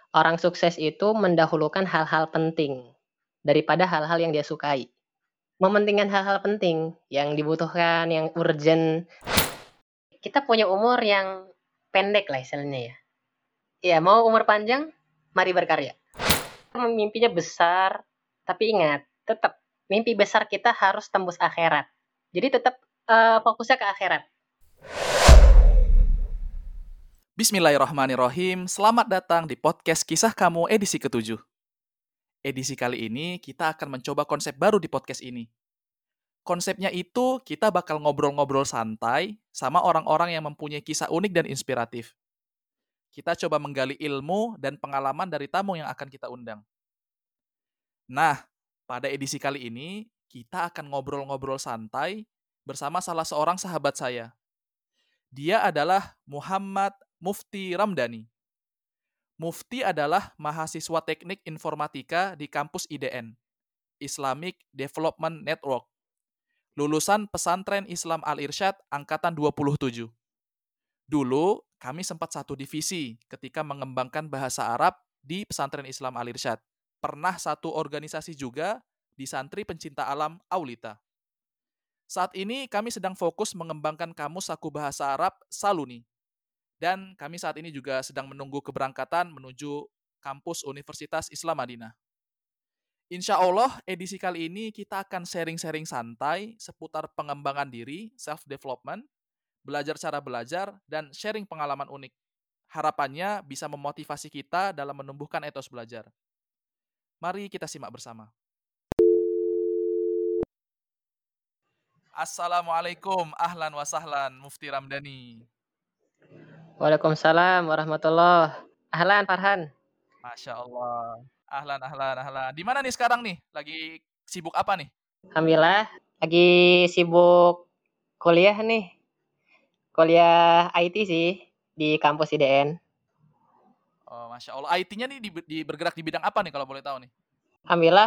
Orang sukses itu mendahulukan hal-hal penting daripada hal-hal yang dia sukai. Mementingkan hal-hal penting yang dibutuhkan, yang urgent. Kita punya umur yang pendek lah istilahnya ya. Ya, mau umur panjang, mari berkarya. Mimpinya besar, tapi ingat, tetap mimpi besar kita harus tembus akhirat. Jadi tetap fokusnya ke akhirat. Bismillahirrahmanirrahim. Selamat datang di podcast Kisah Kamu edisi ke-7. Edisi kali ini kita akan mencoba konsep baru di podcast ini. Konsepnya itu kita bakal ngobrol-ngobrol santai sama orang-orang yang mempunyai kisah unik dan inspiratif. Kita coba menggali ilmu dan pengalaman dari tamu yang akan kita undang. Nah, pada edisi kali ini kita akan ngobrol-ngobrol santai bersama salah seorang sahabat saya. Dia adalah Muhammad Mufti Ramdhani. Mufti adalah mahasiswa teknik informatika di kampus IDN, Islamic Development Network, lulusan pesantren Islam Al-Irsyad angkatan 27. Dulu, kami sempat satu divisi ketika mengembangkan bahasa Arab di pesantren Islam Al-Irsyad. Pernah satu organisasi juga di santri pencinta alam Aulita. Saat ini kami sedang fokus mengembangkan kamus saku bahasa Arab Saluni. Dan kami saat ini juga sedang menunggu keberangkatan menuju kampus Universitas Islam Madinah. Insya Allah, edisi kali ini kita akan sharing-sharing santai seputar pengembangan diri, self-development, belajar cara belajar, dan sharing pengalaman unik. Harapannya bisa memotivasi kita dalam menumbuhkan etos belajar. Mari kita simak bersama. Assalamualaikum, ahlan wa sahlan, Mufti Ramdhani. Waalaikumsalam warahmatullahi. Ahlan Farhan. Masya Allah. Ahlan, ahlan, ahlan. Di mana nih sekarang nih? Lagi sibuk apa nih? Alhamdulillah lagi sibuk kuliah nih. Kuliah IT sih di kampus IDN. Oh, Masya Allah. IT-nya nih bergerak di bidang apa nih kalau boleh tahu nih? Alhamdulillah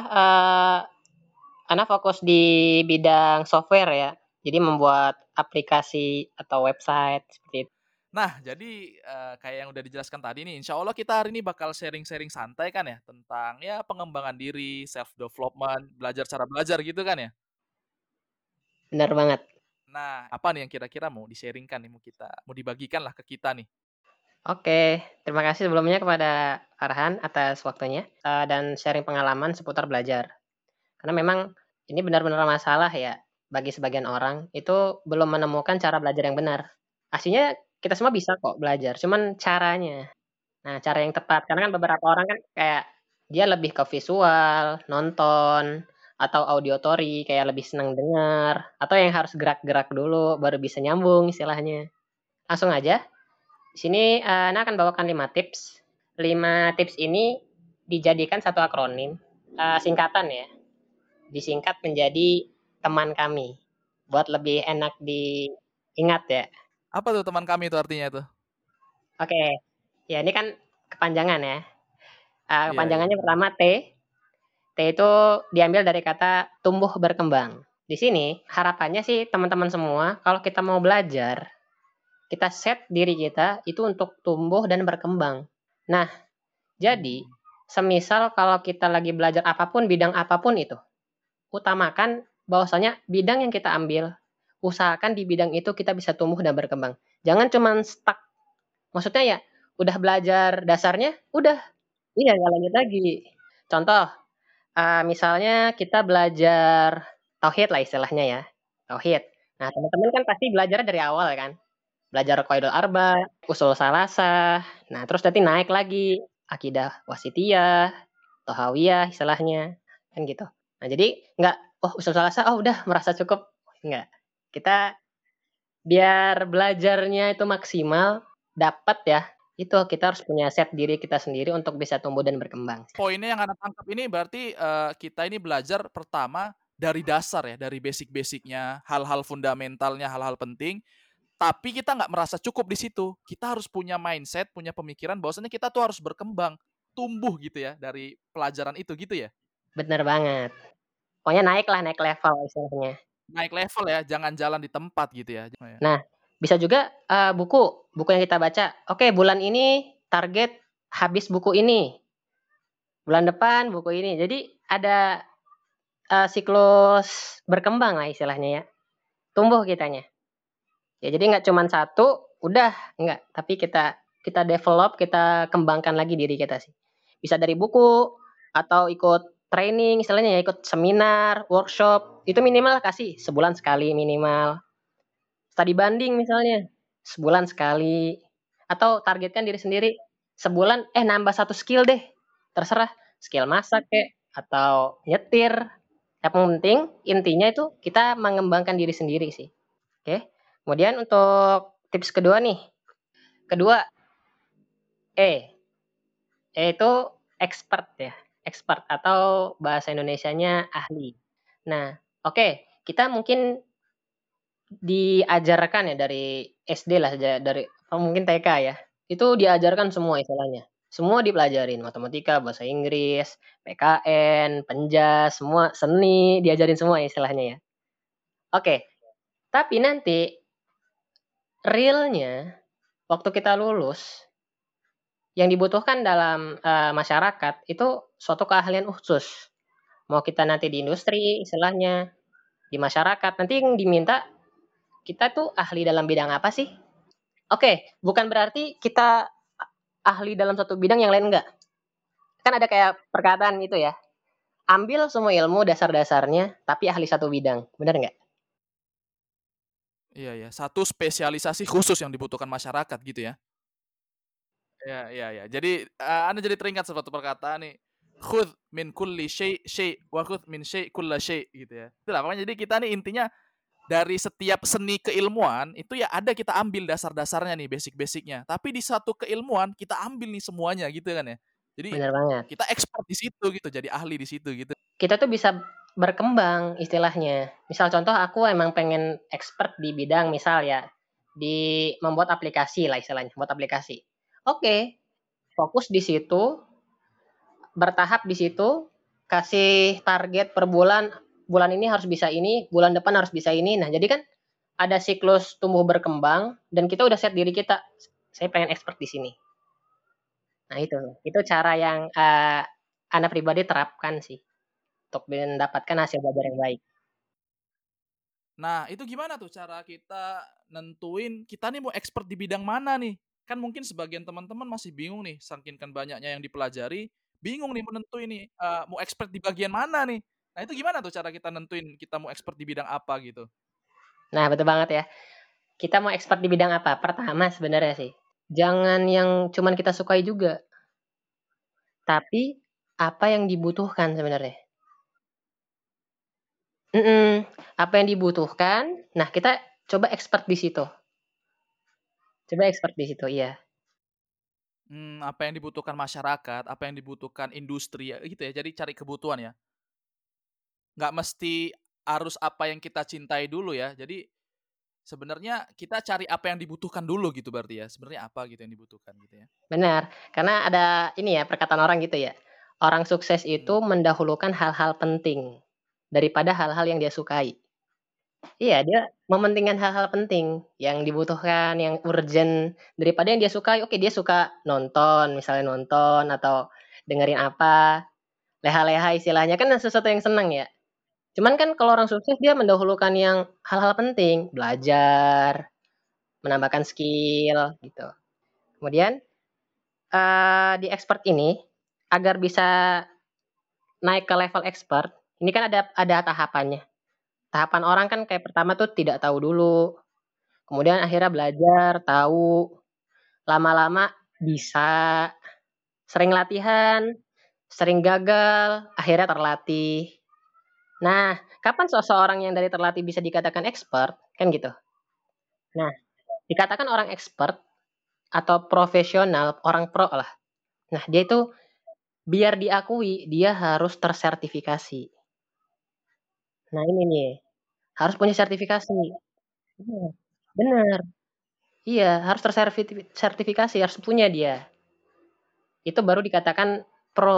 Ana fokus di bidang software ya. Jadi membuat aplikasi atau website seperti itu. Nah, jadi kayak yang udah dijelaskan tadi nih, insya Allah kita hari ini bakal sharing-sharing santai kan ya, tentang ya pengembangan diri, self-development, belajar cara belajar gitu kan ya. Benar banget. Nah, apa nih yang kira-kira mau di-sharingkan nih, mau dibagikan lah ke kita nih. Oke, terima kasih sebelumnya kepada Farhan atas waktunya dan sharing pengalaman seputar belajar. Karena memang ini benar-benar masalah ya bagi sebagian orang itu belum menemukan cara belajar yang benar. Aslinya kita semua bisa kok belajar, cuman caranya. Nah, cara yang tepat. Karena kan beberapa orang kan kayak dia lebih ke visual, nonton, atau auditory, kayak lebih senang dengar, atau yang harus gerak-gerak dulu baru bisa nyambung istilahnya. Langsung aja, di sini Ana akan bawakan 5 tips. 5 tips ini dijadikan satu akronim, singkatan ya. Disingkat menjadi teman kami. Buat lebih enak diingat ya. Apa tuh teman kami itu artinya tuh? Oke, ya ini kan kepanjangan ya. Iya, iya. Kepanjangannya pertama T. T itu diambil dari kata tumbuh berkembang. Di sini harapannya sih teman-teman semua kalau kita mau belajar, kita set diri kita itu untuk tumbuh dan berkembang. Nah, jadi semisal kalau kita lagi belajar apapun, bidang apapun itu, utamakan bahwasanya bidang yang kita ambil, usahakan di bidang itu kita bisa tumbuh dan berkembang. Jangan cuman stuck. Maksudnya ya, udah belajar dasarnya, udah. Iya, nggak lanjut lagi. Contoh, misalnya kita belajar tauhid lah istilahnya ya, tauhid. Nah, teman-teman kan pasti belajar dari awal kan, belajar qawaidul arba, usul salasah, nah terus nanti naik lagi akidah wasitiyah, tohawiyah istilahnya, kan gitu. Nah, jadi nggak, "Oh, usul salasah, oh udah merasa cukup." Enggak. Kita biar belajarnya itu maksimal, dapat ya, itu kita harus punya set diri kita sendiri untuk bisa tumbuh dan berkembang. Poinnya yang Anda tangkap ini berarti kita ini belajar pertama dari dasar ya, dari basic-basicnya, hal-hal fundamentalnya, hal-hal penting. Tapi kita nggak merasa cukup di situ. Kita harus punya mindset, punya pemikiran bahwasanya kita tuh harus berkembang, tumbuh gitu ya dari pelajaran itu gitu ya. Bener banget. Pokoknya naik lah, naik level istilahnya. Naik level ya, jangan jalan di tempat gitu ya. Nah, bisa juga, buku yang kita baca, oke bulan ini target habis buku ini, bulan depan buku ini. Jadi ada siklus berkembang lah istilahnya ya. Tumbuh kitanya. Ya jadi nggak cuma satu, udah nggak. Tapi kita kita develop, kita kembangkan lagi diri kita sih. Bisa dari buku atau ikut training, istilahnya ya ikut seminar, workshop. Itu minimal kasih sebulan sekali minimal. Studi banding misalnya, sebulan sekali. Atau targetkan diri sendiri, sebulan nambah satu skill deh. Terserah, skill masak kek, atau nyetir. Yang penting intinya itu kita mengembangkan diri sendiri sih. Oke. Kemudian untuk tips kedua nih. Kedua, E. E itu expert ya. Expert atau bahasa Indonesianya ahli. Nah, oke, kita mungkin diajarkan ya dari SD lah, dari mungkin TK ya. Itu diajarkan semua istilahnya. Semua dipelajarin, matematika, bahasa Inggris, PKN, Penjas, semua seni diajarin semua istilahnya ya. Oke, tapi nanti realnya waktu kita lulus yang dibutuhkan dalam, masyarakat itu suatu keahlian khusus. Mau kita nanti di industri istilahnya, di masyarakat, nanti yang diminta kita tuh ahli dalam bidang apa sih? Oke, bukan berarti kita ahli dalam satu bidang yang lain enggak. Kan ada kayak perkataan itu ya, ambil semua ilmu dasar-dasarnya tapi ahli satu bidang, bener nggak? Iya ya, satu spesialisasi khusus yang dibutuhkan masyarakat gitu ya? Iya iya iya. Jadi, Anda jadi teringat suatu perkataan nih, "Khudz min kulli syai' wa khudz min syai' kulla syai'" gitu ya. Itulah pokoknya jadi kita nih intinya dari setiap seni keilmuan itu ya ada kita ambil dasar-dasarnya nih, basic-basic-nya. Tapi di satu keilmuan kita ambil nih semuanya gitu kan ya. Jadi Bener banget. kita expert di situ gitu, jadi ahli di situ gitu. Kita tuh bisa berkembang istilahnya. Misal contoh aku emang pengen expert di bidang misal ya, di membuat aplikasi lah istilahnya, membuat aplikasi. Oke, fokus di situ, bertahap di situ, kasih target per bulan, bulan ini harus bisa ini, bulan depan harus bisa ini. Nah, jadi kan ada siklus tumbuh berkembang dan kita udah set diri kita, saya pengen expert di sini. Nah itu cara yang Ana pribadi terapkan sih untuk mendapatkan hasil belajar yang baik. Nah, itu gimana tuh cara kita nentuin kita nih mau expert di bidang mana nih? Kan mungkin sebagian teman-teman masih bingung nih, saking kan banyaknya yang dipelajari, bingung nih menentuin nih, mau expert di bagian mana nih. Nah, itu gimana tuh cara kita nentuin kita mau expert di bidang apa gitu? Nah, betul banget ya. Kita mau expert di bidang apa? Pertama sebenarnya sih, jangan yang cuman kita sukai juga, tapi apa yang dibutuhkan sebenarnya. Mhm, apa yang dibutuhkan, nah kita coba expert di situ, coba expert di situ, iya. Apa yang dibutuhkan masyarakat, apa yang dibutuhkan industri ya gitu ya, jadi cari kebutuhan ya? Nggak mesti harus apa yang kita cintai dulu ya, jadi sebenarnya kita cari apa yang dibutuhkan dulu gitu berarti ya, sebenarnya apa gitu yang dibutuhkan gitu ya? Benar, karena ada ini ya perkataan orang gitu ya, orang sukses itu Mhm. mendahulukan hal-hal penting, daripada hal-hal yang dia sukai. Iya, dia mementingkan hal-hal penting, yang dibutuhkan, yang urgent, daripada yang dia sukai. Oke, dia suka nonton, misalnya nonton atau dengerin apa, leha-leha istilahnya, kan sesuatu yang senang ya. Cuman kan kalau orang sukses dia mendahulukan yang hal-hal penting, belajar, menambahkan skill, gitu. Kemudian, di expert ini, agar bisa naik ke level expert, ini kan ada tahapannya. Tahapan orang kan kayak pertama tuh tidak tahu dulu, kemudian akhirnya belajar, tahu, lama-lama bisa, sering latihan, sering gagal, akhirnya terlatih. Nah, kapan seseorang yang dari terlatih bisa dikatakan expert? Kan gitu. Nah, dikatakan orang expert atau profesional, orang pro lah. Nah, dia itu biar diakui, dia harus tersertifikasi. Nah, ini nih, harus punya sertifikasi. Iya, bener. Iya, harus sertifikasi, harus punya dia. Itu baru dikatakan pro.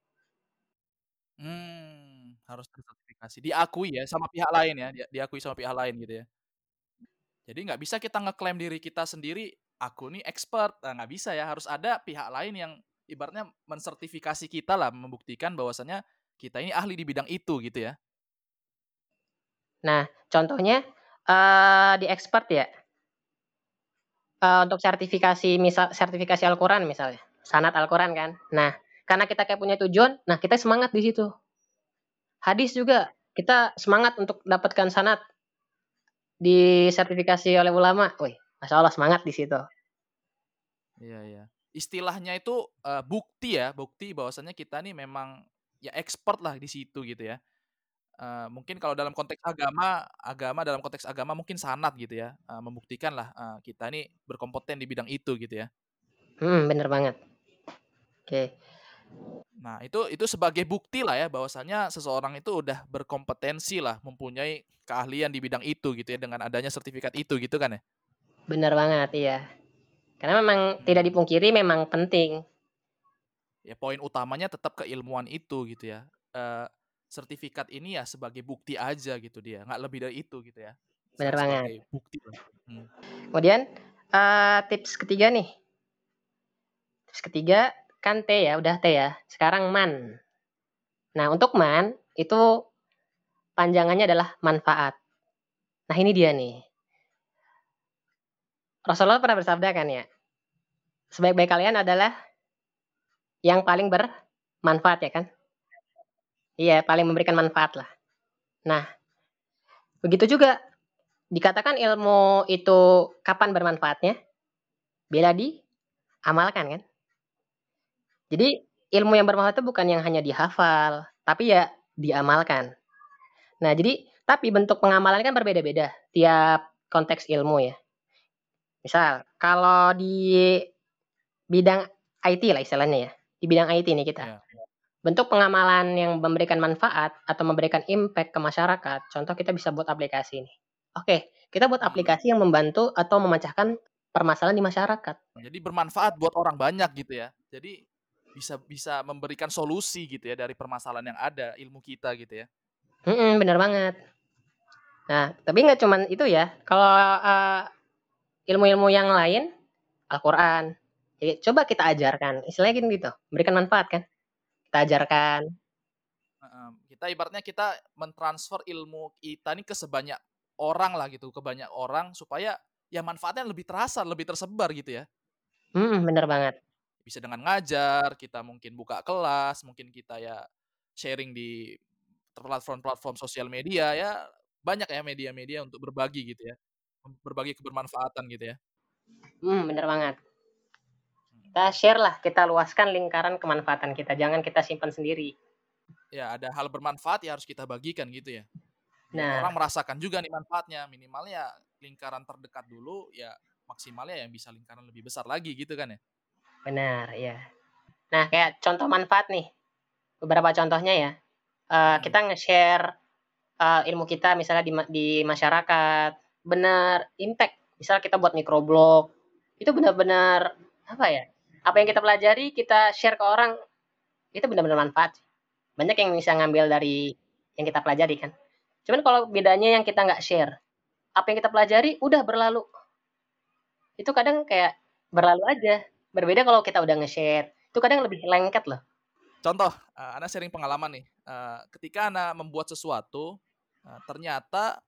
Harus tersertifikasi, diakui ya sama pihak lain ya, diakui sama pihak lain gitu ya. Jadi nggak bisa kita ngeklaim diri kita sendiri, "Aku nih expert." Nah, nggak bisa ya, harus ada pihak lain yang ibaratnya mensertifikasi kita lah, membuktikan bahwasannya kita ini ahli di bidang itu gitu ya. Nah, contohnya di expert ya, untuk sertifikasi Al-Quran misalnya, sanad Al-Quran kan. Nah, karena kita kayak punya tujuan, nah kita semangat di situ. Hadis juga, kita semangat untuk dapatkan sanad disertifikasi oleh ulama. Wih, Masya Allah semangat di situ. Iya, iya. Istilahnya itu bukti bahwasannya kita nih memang ya expert lah di situ gitu ya. Mungkin kalau dalam konteks dalam konteks agama mungkin sanad gitu ya, membuktikan lah kita nih berkompeten di bidang itu gitu ya. Bener banget. Oke. Nah, itu sebagai bukti lah ya bahwasanya seseorang itu udah berkompetensi lah, mempunyai keahlian di bidang itu gitu ya dengan adanya sertifikat itu gitu kan ya? Bener banget, iya. Karena memang tidak Hmm. dipungkiri memang penting. Ya poin utamanya tetap keilmuan itu gitu ya. Sertifikat ini ya sebagai bukti aja gitu dia, nggak lebih dari itu gitu ya. Bener banget. Sebagai bukti lah. Hmm. Kemudian tips ketiga nih. Tips ketiga kan T ya, udah T ya. Sekarang man. Nah, untuk man itu panjangannya adalah manfaat. Nah, ini dia nih. Rasulullah pernah bersabda kan ya, sebaik-baik kalian adalah yang paling bermanfaat ya kan? Iya, paling memberikan manfaat lah. Nah, begitu juga dikatakan ilmu itu kapan bermanfaatnya? Bila diamalkan kan? Jadi ilmu yang bermanfaat itu bukan yang hanya dihafal, tapi ya diamalkan. Nah, jadi tapi bentuk pengamalan kan berbeda-beda tiap konteks ilmu ya. Misal, kalau di bidang IT lah istilahnya ya, di bidang IT nih kita. Ya. Bentuk pengamalan yang memberikan manfaat atau memberikan impact ke masyarakat, contoh kita bisa buat aplikasi nih. Oke, kita buat Hmm. aplikasi yang membantu atau memecahkan permasalahan di masyarakat. Jadi bermanfaat buat orang banyak gitu ya. Jadi bisa bisa memberikan solusi gitu ya dari permasalahan yang ada ilmu kita gitu ya. Bener banget. Nah, tapi nggak cuman itu ya. Kalau ilmu-ilmu yang lain, Al-Quran, ya coba kita ajarkan. Istilahnya gini gitu, memberikan manfaat kan. Kita ajarkan. Kita ibaratnya kita mentransfer ilmu kita nih ke sebanyak orang lah gitu, ke banyak orang supaya ya manfaatnya lebih terasa, lebih tersebar gitu ya. Bener banget. Bisa dengan ngajar, kita mungkin buka kelas, mungkin kita ya sharing di platform-platform sosial media ya, banyak ya media-media untuk berbagi gitu ya, berbagi kebermanfaatan gitu ya. Bener banget. Mhm. Kita share lah, kita luaskan lingkaran kemanfaatan kita. Jangan kita simpan sendiri. Ya ada hal bermanfaat ya harus kita bagikan gitu ya, biar orang Nah, merasakan juga nih manfaatnya, minimal ya lingkaran terdekat dulu, ya maksimalnya yang bisa lingkaran lebih besar lagi gitu kan ya. benar ya. Nah, kayak contoh manfaat nih. Beberapa contohnya ya. Mhm. Kita nge-share ilmu kita misalnya di masyarakat. Benar impact. Misal kita buat microblog. Itu benar-benar apa ya? Apa yang kita pelajari kita share ke orang itu benar-benar manfaat. Banyak yang bisa ngambil dari yang kita pelajari kan. Cuman kalau bedanya yang kita nggak share, apa yang kita pelajari udah berlalu. Itu kadang kayak berlalu aja. Berbeda kalau kita udah nge-share, itu kadang lebih lengket loh. Contoh, Ana sharing pengalaman nih, ketika Ana membuat sesuatu, ternyata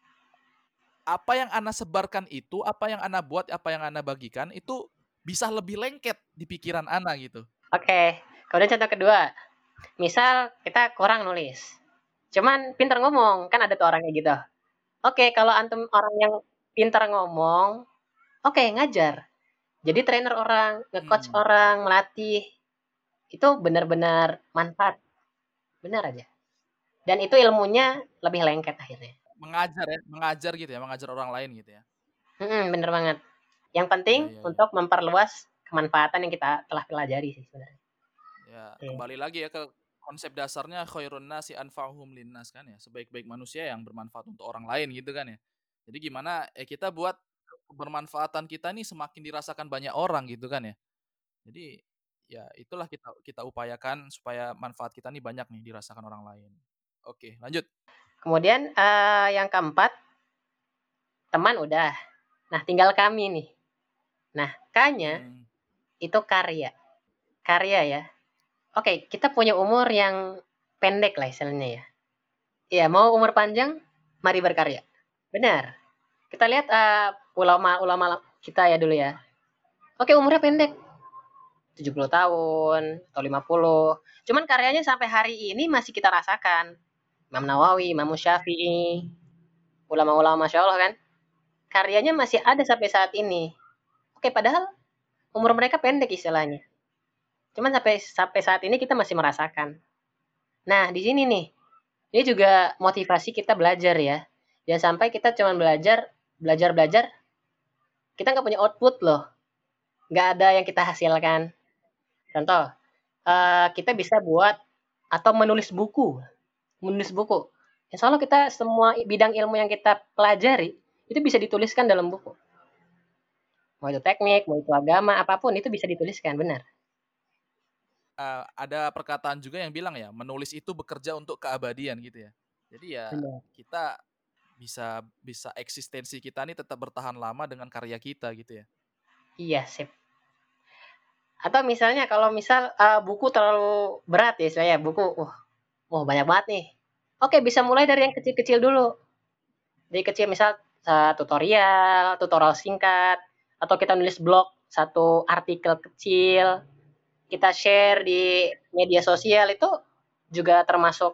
apa yang Ana sebarkan itu, apa yang Ana buat, apa yang Ana bagikan itu bisa lebih lengket di pikiran Ana gitu. Oke, kemudian contoh kedua, misal kita kurang nulis, cuman pintar ngomong, kan ada tuh orangnya gitu. Oke, kalau antum orang yang pintar ngomong, oke ngajar. Jadi trainer orang, nge-coach Mhm. orang, melatih, itu benar-benar manfaat, benar aja. Dan itu ilmunya lebih lengket akhirnya. Mengajar gitu ya, mengajar orang lain gitu ya. Bener banget. Yang penting Iya, iya, iya. untuk memperluas kemanfaatan yang kita telah pelajari sih sebenarnya. Ya, Oke. kembali lagi ya ke konsep dasarnya khairun nasi anfa'uhum linnas kan ya, sebaik-baik manusia yang bermanfaat untuk orang lain gitu kan ya. Jadi gimana kita buat kebermanfaatan kita nih semakin dirasakan banyak orang gitu kan ya. Jadi ya itulah kita kita upayakan supaya manfaat kita nih banyak nih dirasakan orang lain. Oke, lanjut. Kemudian yang keempat, teman udah. Nah, tinggal kami nih. Nah, K-nya Hmm. itu karya. karya ya. Oke, kita punya umur yang pendek lah istilahnya ya. Iya, mau umur panjang, mari berkarya. Benar. Kita lihat ulama-ulama kita ya dulu ya. Oke, umurnya pendek, 70 tahun atau 50. Cuman karyanya sampai hari ini masih kita rasakan. Imam Nawawi, Imam Syafi'i, ulama-ulama Masya Allah kan. Karyanya masih ada sampai saat ini. Oke, padahal umur mereka pendek istilahnya. Cuman sampai saat ini kita masih merasakan. Nah, di sini nih, ini juga motivasi kita belajar ya. Jangan sampai kita cuma belajar, kita nggak punya output loh. Nggak ada yang kita hasilkan. Contoh, kita bisa buat atau menulis buku. Menulis buku. Insya Allah kita semua bidang ilmu yang kita pelajari, itu bisa dituliskan dalam buku. Mau itu teknik, mau itu agama, apapun itu bisa dituliskan, benar. Ada perkataan juga yang bilang ya, menulis itu bekerja untuk keabadian gitu ya. Jadi ya Benar. kita bisa eksistensi kita nih tetap bertahan lama dengan karya kita gitu ya. Iya, sip. Atau misalnya kalau misal buku terlalu berat ya, saya buku, banyak banget nih. Oke, bisa mulai dari yang kecil-kecil dulu. Dari kecil misal tutorial singkat, atau kita nulis blog satu artikel kecil, kita share di media sosial itu juga termasuk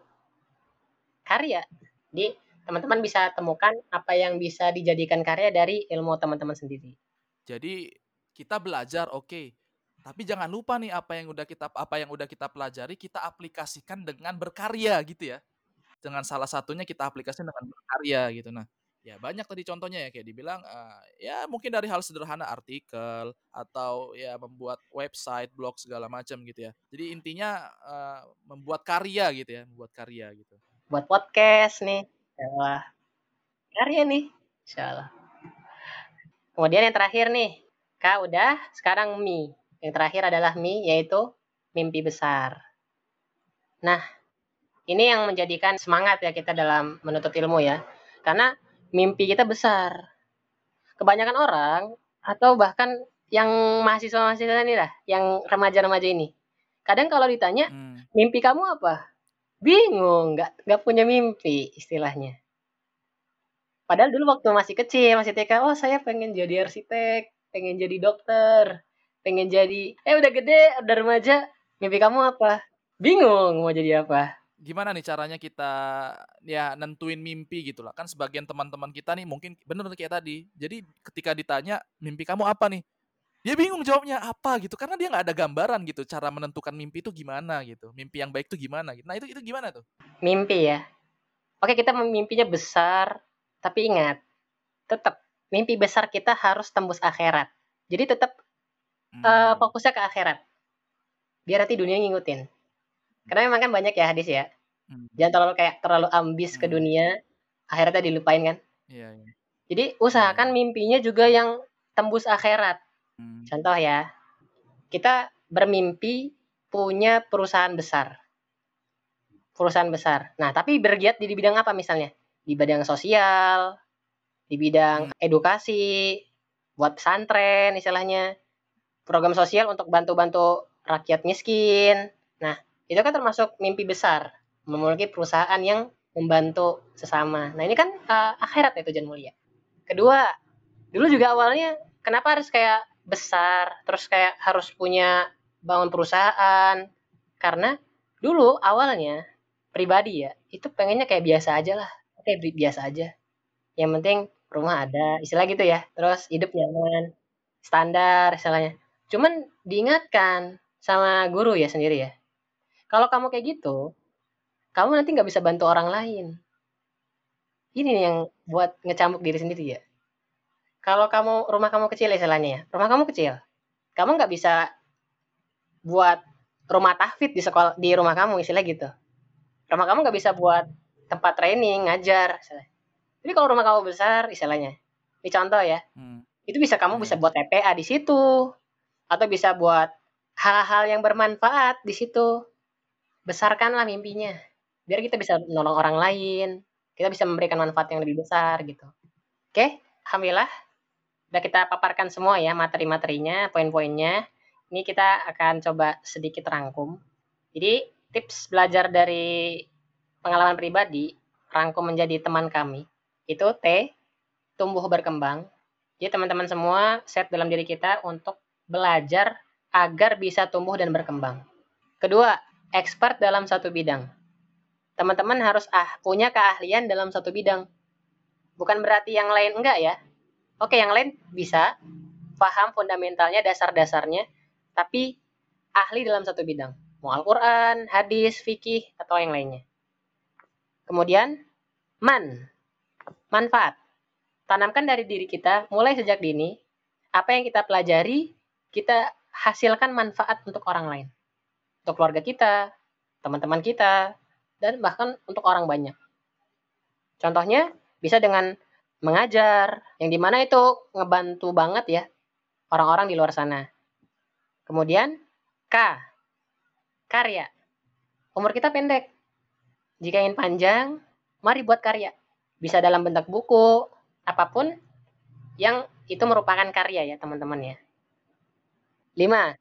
karya. Jadi teman-teman bisa temukan apa yang bisa dijadikan karya dari ilmu teman-teman sendiri. Jadi kita belajar oke, tapi jangan lupa nih apa yang udah kita pelajari kita aplikasikan dengan berkarya gitu ya. Dengan salah satunya kita aplikasikan dengan berkarya gitu. Nah, ya banyak tadi contohnya ya kayak dibilang ya mungkin dari hal sederhana artikel atau ya membuat website, blog segala macam gitu ya. Jadi intinya membuat karya gitu ya, membuat karya gitu. Buat podcast nih, wah karya nih, insya Allah. Kemudian yang terakhir nih, Kak udah, sekarang Mi. Yang terakhir adalah Mi, yaitu mimpi besar. Nah, ini yang menjadikan semangat ya kita dalam menuntut ilmu ya. Karena mimpi kita besar. Kebanyakan orang, atau bahkan yang mahasiswa-mahasiswa ini lah, yang remaja-remaja ini. Kadang kalau ditanya, mimpi kamu apa? Bingung, nggak punya mimpi istilahnya. Padahal dulu waktu masih kecil, masih TK, oh saya pengen jadi arsitek, pengen jadi dokter, pengen jadi, udah gede, udah remaja, mimpi kamu apa? Bingung mau jadi apa. Gimana nih caranya kita ya nentuin mimpi gitu lah. Kan sebagian teman-teman kita nih mungkin bener kayak tadi. Jadi ketika ditanya mimpi kamu apa nih? Dia bingung jawabnya apa gitu karena dia nggak ada gambaran gitu cara menentukan mimpi itu gimana gitu. Mimpi yang baik itu gimana gitu. Nah, itu gimana tuh? Mimpi ya. Oke, kita mimpinya besar, tapi ingat, tetap mimpi besar kita harus tembus akhirat. Jadi tetap fokusnya ke akhirat. Biar nanti dunia ngikutin. Karena memang kan banyak ya hadis ya. Jangan terlalu ambis ke dunia, akhiratnya dilupain kan. Iya, iya. Jadi usahakan mimpinya juga yang tembus akhirat. Contoh ya, kita bermimpi punya perusahaan besar. Perusahaan besar. Nah, tapi bergiat di bidang apa misalnya? Di bidang sosial, di bidang edukasi, buat pesantren istilahnya. Program sosial untuk bantu-bantu rakyat miskin. Nah, itu kan termasuk mimpi besar. Memiliki perusahaan yang membantu sesama. Nah, ini kan akhirat ya tujuan mulia. Kedua, dulu juga awalnya kenapa harus kayak besar, terus kayak harus punya bangun perusahaan? Karena dulu awalnya pribadi ya, itu pengennya kayak biasa aja lah. Oke, biasa aja. Yang penting rumah ada, istilah gitu ya. Terus hidup nyaman, standar istilahnya. Cuman diingatkan sama guru ya sendiri ya. Kalau kamu kayak gitu, kamu nanti nggak bisa bantu orang lain. Ini nih yang buat ngecambuk diri sendiri ya. Kalau rumah kamu kecil istilahnya ya, rumah kamu kecil, kamu nggak bisa buat rumah tahfidz di rumah kamu istilah gitu. Rumah kamu nggak bisa buat tempat training, ngajar. Istilahnya. Jadi kalau rumah kamu besar istilahnya, ini contoh ya, itu bisa kamu bisa buat TPA di situ, atau bisa buat hal-hal yang bermanfaat di situ. Besarkanlah mimpinya, biar kita bisa menolong orang lain, kita bisa memberikan manfaat yang lebih besar gitu. Oke, alhamdulillah udah kita paparkan semua ya materi-materinya, poin-poinnya. Ini kita akan coba sedikit rangkum. Jadi tips belajar dari pengalaman pribadi, rangkum menjadi teman kami, itu T, tumbuh berkembang. Jadi teman-teman semua set dalam diri kita untuk belajar agar bisa tumbuh dan berkembang. Kedua, expert dalam satu bidang. Teman-teman harus punya keahlian dalam satu bidang. Bukan berarti yang lain enggak ya. Oke, yang lain bisa paham fundamentalnya, dasar-dasarnya, tapi ahli dalam satu bidang. Mau Al-Quran, hadis, fikih, atau yang lainnya. Kemudian, manfaat. Tanamkan dari diri kita, mulai sejak dini, apa yang kita pelajari, kita hasilkan manfaat untuk orang lain. Untuk keluarga kita, teman-teman kita, dan bahkan untuk orang banyak. Contohnya, bisa dengan mengajar, yang dimana itu ngebantu banget ya orang-orang di luar sana. Kemudian, karya. Umur kita pendek. Jika ingin panjang, mari buat karya. Bisa dalam bentuk buku, apapun yang itu merupakan karya ya teman-teman ya. 5.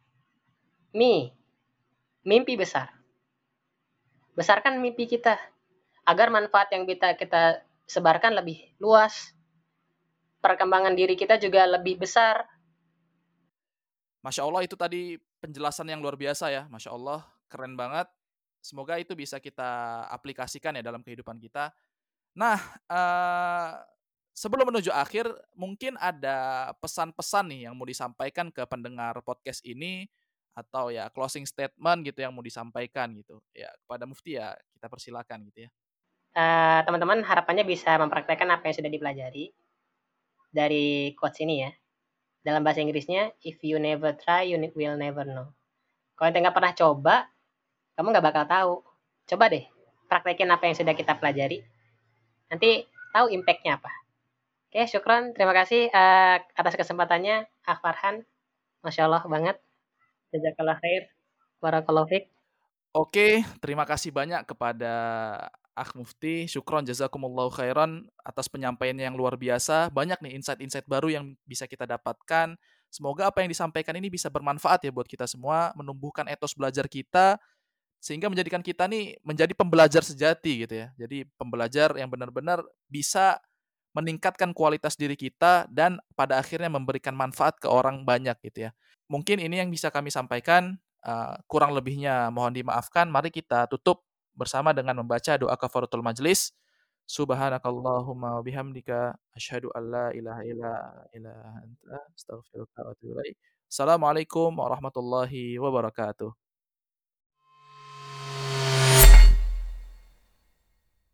Mimpi besar. Besarkan mimpi kita agar manfaat yang kita sebarkan lebih luas. Perkembangan diri kita juga lebih besar. Masya Allah itu tadi penjelasan yang luar biasa ya. Masya Allah, keren banget. Semoga itu bisa kita aplikasikan ya dalam kehidupan kita. Nah, sebelum menuju akhir, mungkin ada pesan-pesan nih yang mau disampaikan ke pendengar podcast ini atau ya closing statement gitu yang mau disampaikan gitu. Ya, kepada Mufti ya kita persilakan gitu ya. Teman-teman harapannya bisa mempraktekkan apa yang sudah dipelajari dari quotes ini ya. Dalam bahasa Inggrisnya, if you never try, you will never know. Kalau ente nggak pernah coba, kamu nggak bakal tahu. Coba deh, praktekin apa yang sudah kita pelajari. Nanti tahu impact-nya apa. Oke, syukron. Terima kasih atas kesempatannya, Ak Farhan. Masya Allah banget. Jazakallah khair. Barakallahu fiqh. Oke, terima kasih banyak kepada Akh Mufti. Syukron jazakumullahu khairan atas penyampaiannya yang luar biasa. Banyak nih insight-insight baru yang bisa kita dapatkan. Semoga apa yang disampaikan ini bisa bermanfaat ya buat kita semua, menumbuhkan etos belajar kita sehingga menjadikan kita nih menjadi pembelajar sejati gitu ya. Jadi pembelajar yang benar-benar bisa meningkatkan kualitas diri kita dan pada akhirnya memberikan manfaat ke orang banyak gitu ya. Mungkin ini yang bisa kami sampaikan, kurang lebihnya mohon dimaafkan. Mari kita tutup bersama dengan membaca doa kafaratul majelis. Subhanakallahumma wa bihamdika asyhadu an la ilaha illa anta astaghfiruka wa atubu ilaik. Assalamualaikum warahmatullahi wabarakatuh.